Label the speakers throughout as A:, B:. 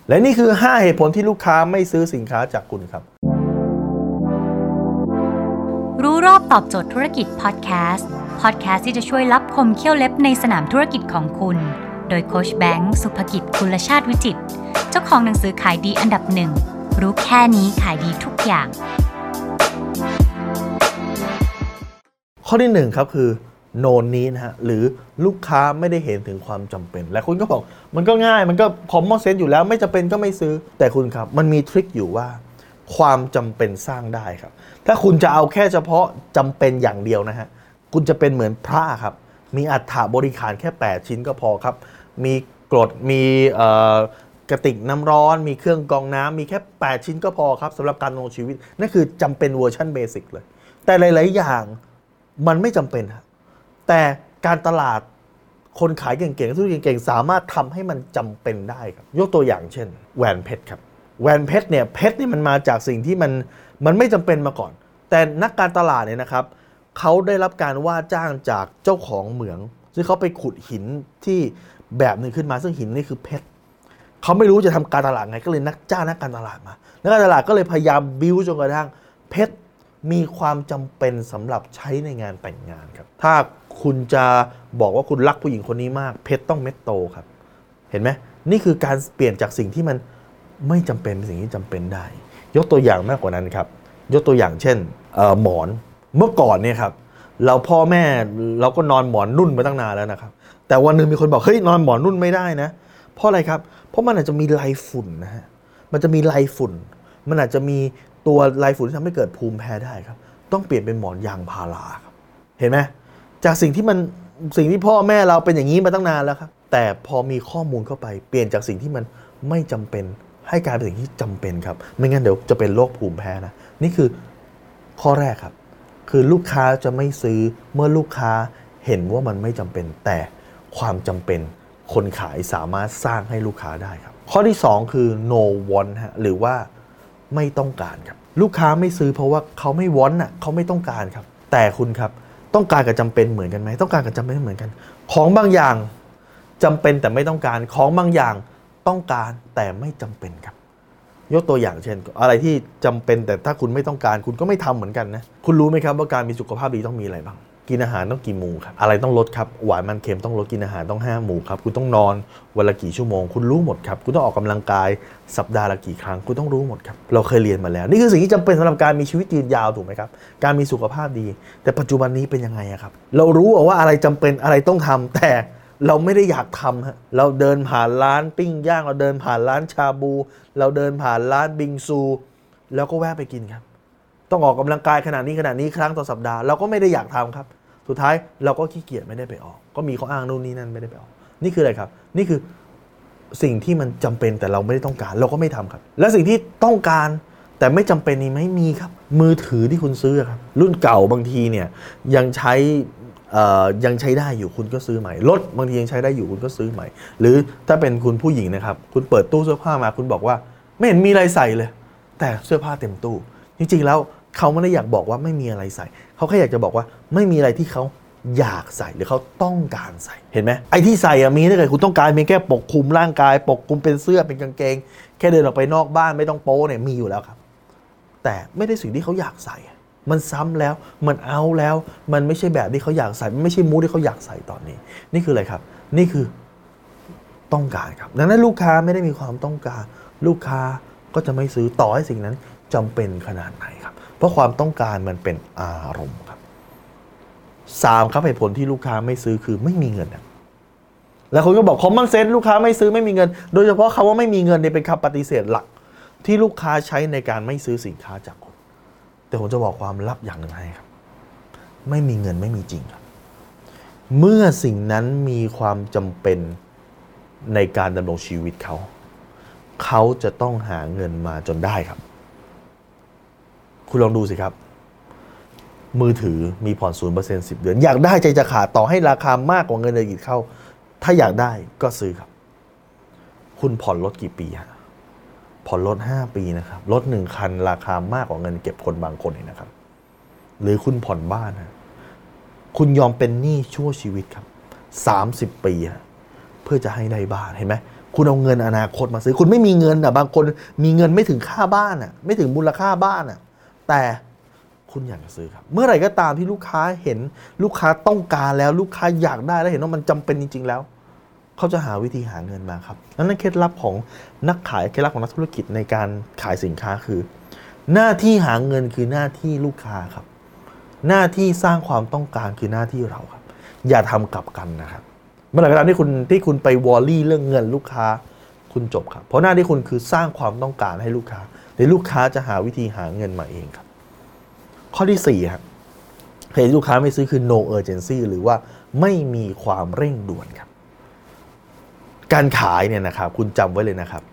A: และนี่คือ5เหตุผลที่ลูกค้าไม่ซื้อสินค้าจากคุณครับ
B: รู้รอบตอบโจทย์ธุรกิจพอดแคสต์ที่จะช่วยลับคมเขี้ยวเล็บในสนามธุรกิจของคุณโดยโค้ชแบงค์สุภกิจกุลชาติวิจิตรเจ้าของหนังสือขายดีอันดับ1รู้แค่นี้ขายดีทุกอย่าง
A: ข้อที่1ครับคือโนนนี้นะฮะหรือลูกค้าไม่ได้เห็นถึงความจำเป็นและคุณก็บอกมันก็ง่ายมันก็คอมมอนเซนส์อยู่แล้วไม่จำเป็นก็ไม่ซื้อแต่คุณครับมันมีทริคอยู่ว่าความจำเป็นสร้างได้ครับถ้าคุณจะเอาแค่เฉพาะจำเป็นอย่างเดียวนะฮะคุณจะเป็นเหมือนพระครับมีอัฐบริขารแค่8ชิ้นก็พอครับมีกรดมีกระติกน้ำร้อนมีเครื่องกรองน้ำมีแค่8ชิ้นก็พอครับสำหรับการดำรงชีวิตนั่นคือจำเป็นเวอร์ชันเบสิกเลยแต่หลายๆอย่างมันไม่จำเป็นครับแต่การตลาดคนขายเก่งๆธุรกิจเก่งๆสามารถทำให้มันจำเป็นได้ครับยกตัวอย่างเช่นแหวนเพชรครับแหวนเพชรเนี่ยเพชรนี่มันมาจากสิ่งที่มันไม่จำเป็นมาก่อนแต่นักการตลาดเนี่ยนะครับเขาได้รับการว่าจ้างจากเจ้าของเหมืองซึ่งเขาไปขุดหินที่แบบหนึ่งขึ้นมาซึ่งหินนี่คือเพชรเขาไม่รู้จะทำการตลาดไงก็เลยจ้างนักการตลาดมานักการตลาดก็เลยพยายามบิ้วจนกระทั่งเพชรมีความจำเป็นสำหรับใช้ในงานแต่งงานครับถ้าคุณจะบอกว่าคุณรักผู้หญิงคนนี้มากเพชรต้องเม็ดโตครับเห็นไหมนี่คือการเปลี่ยนจากสิ่งที่มันไม่จำเป็นเป็นสิ่งที่จำเป็นได้ยกตัวอย่างมากกว่านั้นครับยกตัวอย่างเช่นหมอนเมื่อก่อนเนี่ยครับเราพ่อแม่เราก็นอนหมอนนุ่นมาตั้งนานแล้วนะครับแต่วันนึงมีคนบอกเฮ้ยนอนหมอนนุ่นไม่ได้นะเพราะอะไรครับเพราะมันอาจจะมีไรฝุ่นนะฮะมันจะมีไรฝุ่นมันอาจจะมีตัวไรฝุ่นที่ทำให้เกิดภูมิแพ้ได้ครับต้องเปลี่ยนเป็นหมอนยางพาราครับเห็นไหมจากสิ่งที่พ่อแม่เราเป็นอย่างนี้มาตั้งนานแล้วครับแต่พอมีข้อมูลเข้าไปเปลี่ยนจากสิ่งที่มันไม่จำเป็นให้กลายเป็นสิ่งที่จำเป็นครับไม่งั้นเดี๋ยวจะเป็นโรคภูมิแพ้นะนี่คือข้อแรกครับคือลูกค้าจะไม่ซื้อเมื่อลูกค้าเห็นว่ามันไม่จำเป็นแต่ความจำเป็นคนขายสามารถสร้างให้ลูกค้าได้ครับข้อที่2คือ no want ฮะหรือว่าไม่ต้องการครับลูกค้าไม่ซื้อเพราะว่าเขาไม่ want น่ะเขาไม่ต้องการครับแต่คุณครับต้องการกับจำเป็นเหมือนกันไหมต้องการกับจำเป็นเหมือนกันของบางอย่างจำเป็นแต่ไม่ต้องการของบางอย่างต้องการแต่ไม่จำเป็นครับยกตัวอย่างเช่นอะไรที่จำเป็นแต่ถ้าคุณไม่ต้องการคุณก็ไม่ทำเหมือนกันนะคุณรู้ไหมครับว่าการมีสุขภาพดีต้องมีอะไรบ้างกินอาหารต้องกี่หมู่ครับอะไรต้องลดครับหวานมันเค็มต้องลดกินอาหารต้อง5หมู่ครับคุณต้องนอนวันละกี่ชั่วโมงคุณรู้หมดครับคุณต้องออกกำลังกายสัปดาห์ละกี่ครั้งคุณต้องรู้หมดครับเราเคยเรียนมาแล้วนี่คือสิ่งที่จำเป็นสำหรับการมีชีวิตยืนยาวถูกไหมครับการมีสุขภาพดีแต่ปัจจุบันนี้เป็นยังไงครับเรารู้ว่าอะไรจำเป็นอะไรต้องทำแต่เราไม่ได้อยากทำฮะเราเดินผ่านร้านปิ้งย่างเราเดินผ่านร้านชาบูเราเดินผ่านร้านบิงซูแล้วก็แวะไปกินครับต้องออกกำลังกายขนาดนี้ครั้งต่อสัปดาห์เราก็ไม่ได้อยากทำครับสุดท้ายเราก็ขี้เกียจไม่ได้ไปออกก็มีข้ออ้างนู่นนี่นั่นไม่ได้ไปออกนี่คืออะไรครับนี่คือสิ่งที่มันจำเป็นแต่เราไม่ได้ต้องการเราก็ไม่ทำครับและสิ่งที่ต้องการแต่ไม่จำเป็นนี่ไม่มีครับมือถือที่คุณซื้อครับรุ่นเก่าบางทีเนี่ยยังใช้ได้อยู่คุณก็ซื้อใหม่รถบางทียังใช้ได้อยู่คุณก็ซื้อใหม่หรือถ้าเป็นคุณผู้หญิงนะครับคุณเปิดตู้เสื้อผ้ามาคุณบอกว่าไม่เห็นมีอะไรใส่เลยแต่เสื้อผ้าเต็มตู้จริงๆแล้วเขาไม่ได้อยากบอกว่าไม่มีอะไรใส่เขาแค่อยากจะบอกว่าไม่มีอะไรที่เขาอยากใส่หรือเขาต้องการใส่เห็นไหมไอ้ที่ใส่มีถ้าเกิดคุณต้องการเพียงแค่ปกคลุมร่างกายปกคลุมเป็นเสื้อเป็นกางเกงแค่เดินออกไปนอกบ้านไม่ต้องโป๊เนี่ยมีอยู่แล้วครับแต่ไม่ได้สิ่งที่เขาอยากใส่มันซ้ำแล้วมันเอาแล้วมันไม่ใช่แบบที่เขาอยากใส่มันไม่ใช่มูดที่เขาอยากใส่ตอนนี้นี่คืออะไรครับนี่คือต้องการครับดังนั้นลูกค้าไม่ได้มีความต้องการลูกค้าก็จะไม่ซื้อต่อให้สิ่งนั้นจำเป็นขนาดไหนครับเพราะความต้องการมันเป็นอารมณ์ครับ3ครับเหตุผลที่ลูกค้าไม่ซื้อคือไม่มีเงินแล้วคนก็บอกcommon senseลูกค้าไม่ซื้อไม่มีเงินโดยเฉพาะคำว่าไม่มีเงินเนี่ยเป็นคำปฏิเสธหลักที่ลูกค้าใช้ในการไม่ซื้อสินค้าจากคุณแต่ผมจะบอกความลับอย่างหนึ่งให้ครับไม่มีเงินไม่มีจริงครับเมื่อสิ่งนั้นมีความจำเป็นในการดำรงชีวิตเขาจะต้องหาเงินมาจนได้ครับคุณลองดูสิครับมือถือมีผ่อน 0% 10 เดือนอยากได้ใจจะขาดต่อให้ราคามากกว่าเงินเดือนอีกเข้าถ้าอยากได้ก็ซื้อครับคุณผ่อนรถกี่ปีฮะผ่อนรถ5 ปีนะครับรถ1 คันราคามากกว่าเงินเก็บคนบางคนเองนะครับหรือคุณผ่อนบ้านฮะคุณยอมเป็นหนี้ชั่วชีวิตครับ30 ปีฮะเพื่อจะให้ได้บ้านเห็นไหมคุณเอาเงินอนาคตมาซื้อคุณไม่มีเงินบางคนมีเงินไม่ถึงค่าบ้านไม่ถึงมูลค่าบ้านแต่คุณอยากจะซื้อครับเมื่อไหร่ก็ตามที่ลูกค้าเห็นลูกค้าต้องการแล้วลูกค้าอยากได้แล้วเห็นว่ามันจำเป็นจริงๆแล้วเขาจะหาวิธีหาเงินมาครับนั่นเคล็ดลับของนักขายเคล็ดลับของนักธุรกิจในการขายสินค้าคือหน้าที่หาเงินคือหน้าที่ลูกค้าครับหน้าที่สร้างความต้องการคือหน้าที่เราครับอย่าทำกลับกันนะครับเมื่อไหร่ก็ตามที่คุณไปวอลลี่เรื่องเงินลูกค้าคุณจบครับเพราะหน้าที่คุณคือสร้างความต้องการให้ลูกค้าเดี๋ยวลูกค้าจะหาวิธีหาเงินมาเองครับข้อที่4ครับเหตุลูกค้าไม่ซื้อคือ no urgency หรือว่าไม่มีความเร่งด่วนครับการขายเนี่ยนะครับคุณจำไว้เลยนะครับ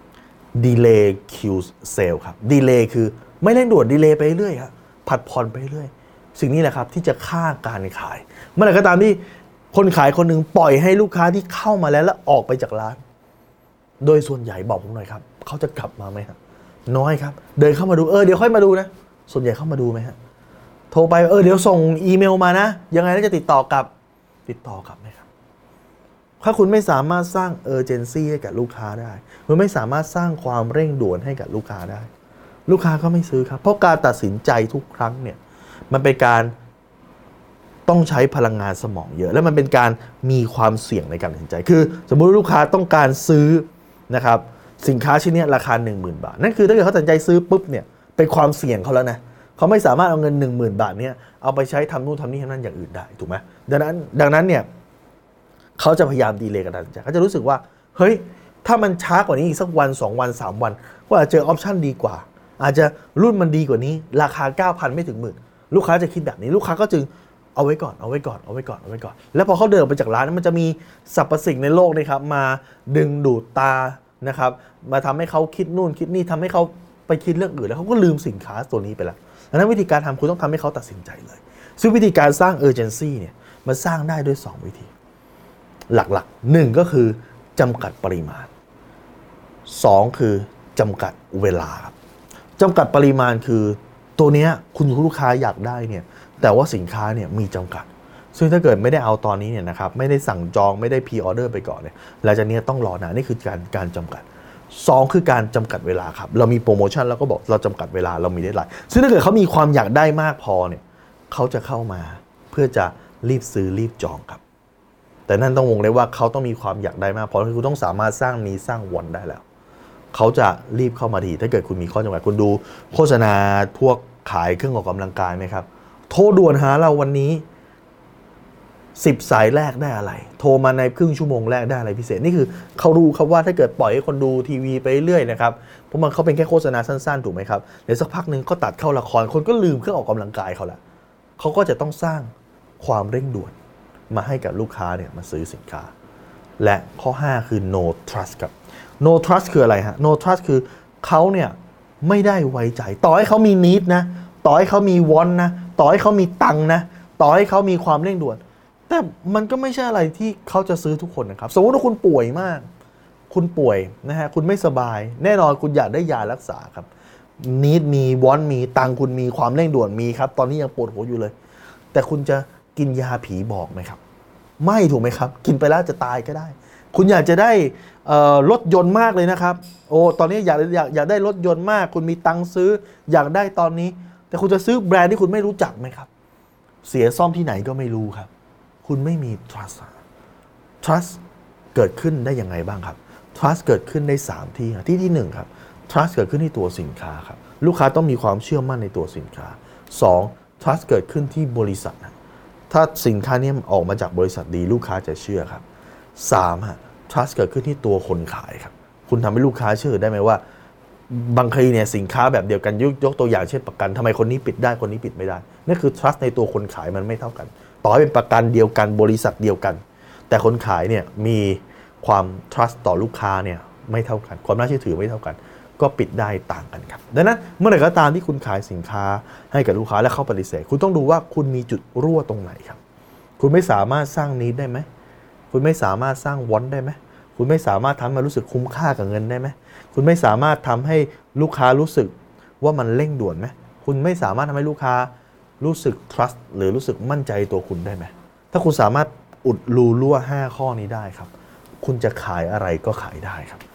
A: delay kills sale ครับ delay คือไม่เร่งด่วน delay ไปเรื่อยครับผัดผ่อนไปเรื่อยสิ่งนี้แหละครับที่จะฆ่าการขายเมื่อไหร่ก็ตามที่คนขายคนหนึ่งปล่อยให้ลูกค้าที่เข้ามาแล้วออกไปจากร้านโดยส่วนใหญ่บอกผมหน่อยครับเขาจะกลับมาไหมครับน้อยครับเดินเข้ามาดูเดี๋ยวค่อยมาดูนะส่วนใหญ่เข้ามาดูไหมฮะโทรไปเดี๋ยวส่งอีเมลมานะยังไงแล้วจะติดต่อกลับไหมครับถ้าคุณไม่สามารถสร้าง urgency ให้กับลูกค้าได้คุณไม่สามารถสร้างความเร่งด่วนให้กับลูกค้าได้ลูกค้าก็ไม่ซื้อครับเพราะการตัดสินใจทุกครั้งเนี่ยมันเป็นการต้องใช้พลังงานสมองเยอะและมันเป็นการมีความเสี่ยงในการตัดสินใจคือสมมุติลูกค้าต้องการซื้อนะครับสินค้าชิ้นนี้ราคา 10,000 บาทนั่นคือถ้าเกิดเขาตัดสินใจซื้อปุ๊บเนี่ยเป็นความเสี่ยงเขาแล้วนะเขาไม่สามารถเอาเงิน 10,000 บาทเนี่ยเอาไปใช้ทำนู่นทำนี่ทำนั่นอย่างอื่นได้ถูกไหมดังนั้นเนี่ยเขาจะพยายามดีเลย์การตัดสินใจเขาจะรู้สึกว่าเฮ้ยถ้ามันช้ากว่านี้อีกสักวัน2 วัน 3 วันก็อาจจะเจอออปชั่นดีกว่าอาจจะรุ่นมันดีกว่านี้ราคา 9,000 ไม่ถึงหมื่นลูกค้าจะคิดแบบนี้ลูกค้าก็จึงเอาไว้ก่อนแล้วพอเขาเดินออกไปจากร้านมันจะมีสรรพสิ่งในโลกนี่ครับมาดึงดูดตานะครับมาทำให้เขาคิดนู่นคิดนี่ทำให้เขาไปคิดเรื่องอื่นแล้วเขาก็ลืมสินค้าตัวนี้ไปแล้วดังนั้นวิธีการทำคุณต้องทำให้เขาตัดสินใจเลยซึ่งวิธีการสร้าง urgency เนี่ยมันสร้างได้ด้วย2วิธีหลักๆ1ก็คือจำกัดปริมาณ2คือจำกัดเวลาครับจำกัดปริมาณคือตัวนี้คุณลูกค้าอยากได้เนี่ยแต่ว่าสินค้าเนี่ยมีจำกัดซึ่งถ้าเกิดไม่ได้เอาตอนนี้เนี่ยนะครับไม่ได้สั่งจองไม่ได้พรีออเดอร์ไปก่อนเนี่ยหลังจากนี้ต้องรอนานนี่คือการจำกัด2คือการจำกัดเวลาครับเรามีโปรโมชั่นแล้วก็บอกเราจำกัดเวลาเรามีเดดไลน์ซึ่งถ้าเกิดเขามีความอยากได้มากพอเนี่ยเขาจะเข้ามาเพื่อจะรีบซื้อรีบจองครับแต่นั่นต้องวงเลยว่าเขาต้องมีความอยากได้มากพอคือคุณต้องสามารถสร้างนี้สร้างวันได้แล้วเขาจะรีบเข้ามาทีถ้าเกิดคุณมีข้อจำกัดคุณดูโฆษณาพวกขายเครื่องออกกำลังกายไหมครับโทรด่วนหาเราวันนี้10 สายแรกได้อะไรโทรมาในครึ่งชั่วโมงแรกได้อะไรพิเศษนี่คือเขารู้ครับว่าถ้าเกิดปล่อยให้คนดูทีวีไปเรื่อยนะครับเพราะมันเขาเป็นแค่โฆษณาสั้นๆถูกไหมครับเดี๋ยวสักพักนึงก็ตัดเข้าละครคนก็ลืมเครื่องออกกำลังกายเขาละเขาก็จะต้องสร้างความเร่งด่วนมาให้กับลูกค้าเนี่ยมาซื้อสินค้าและข้อ5คือ no trust ครับ no trust คืออะไรฮะ no trust คือเขาเนี่ยไม่ได้ไว้ใจต่อให้เขามี need นะต่อให้เขามี want นะต่อให้เขามีตังค์นะต่อให้เขามีความเร่งด่วนแต่มันก็ไม่ใช่อะไรที่เขาจะซื้อทุกคนนะครับสมมติว่าคุณป่วยมากคุณป่วยนะฮะคุณไม่สบายแน่นอนคุณอยากได้ยารักษาครับ need มี want มีตังค์คุณมีความเร่งด่วนมีครับตอนนี้ยังปวดหัวอยู่เลยแต่คุณจะกินยาผีบอกไหมครับไม่ถูกไหมครับกินไปแล้วจะตายก็ได้คุณอยากจะได้รถยนต์มากเลยนะครับโอ้ตอนนี้อยากได้รถยนต์มากคุณมีตังค์ซื้ออยากได้ตอนนี้แต่คุณจะซื้อแบรนด์ที่คุณไม่รู้จักไหมครับเสียซ่อมที่ไหนก็ไม่รู้ครับคุณไม่มี trust เกิดขึ้นได้ยังไงบ้างครับ trust เกิดขึ้นได้3ที่ที่1ครับ trust เกิดขึ้นที่ตัวสินค้าครับลูกค้าต้องมีความเชื่อมั่นในตัวสินค้า2 trust เกิดขึ้นที่บริษัทถ้าสินค้านี้ออกมาจากบริษัทดีลูกค้าจะเชื่อครับ3ฮะ trust เกิดขึ้นที่ตัวคนขายครับคุณทำให้ลูกค้าเชื่อได้ไหมว่าบางทีเนี่ยสินค้าแบบเดียวกันยกตัวอย่างเช่นประกันทำไมคนนี้ปิดได้คนนี้ปิดไม่ได้นั่นคือ trust ในตัวคนขายมันไม่เท่ากันต่อให้เป็นประกันเดียวกันบริษัทเดียวกันแต่คนขายเนี่ยมีความ trust ต่อลูกค้าเนี่ยไม่เท่ากันความน่าเชื่อถือไม่เท่ากันก็ปิดได้ต่างกันครับดังนั้นเมื่อไหร่ก็ตามที่คุณขายสินค้าให้กับลูกค้าและเขาปฏิเสธคุณต้องดูว่าคุณมีจุดรั่วตรงไหนครับคุณไม่สามารถสร้างneedได้ไหมคุณไม่สามารถสร้างwantได้ไหมคุณไม่สามารถทำให้รู้สึกคุ้มค่ากับเงินได้ไหมคุณไม่สามารถทำให้ลูกค้ารู้สึกว่ามันเร่งด่วนไหมคุณไม่สามารถทำให้ลูกค้ารู้สึก trust หรือรู้สึกมั่นใจตัวคุณได้ไหมถ้าคุณสามารถอุดรูรั่ว5ข้อนี้ได้ครับคุณจะขายอะไรก็ขายได้ครับ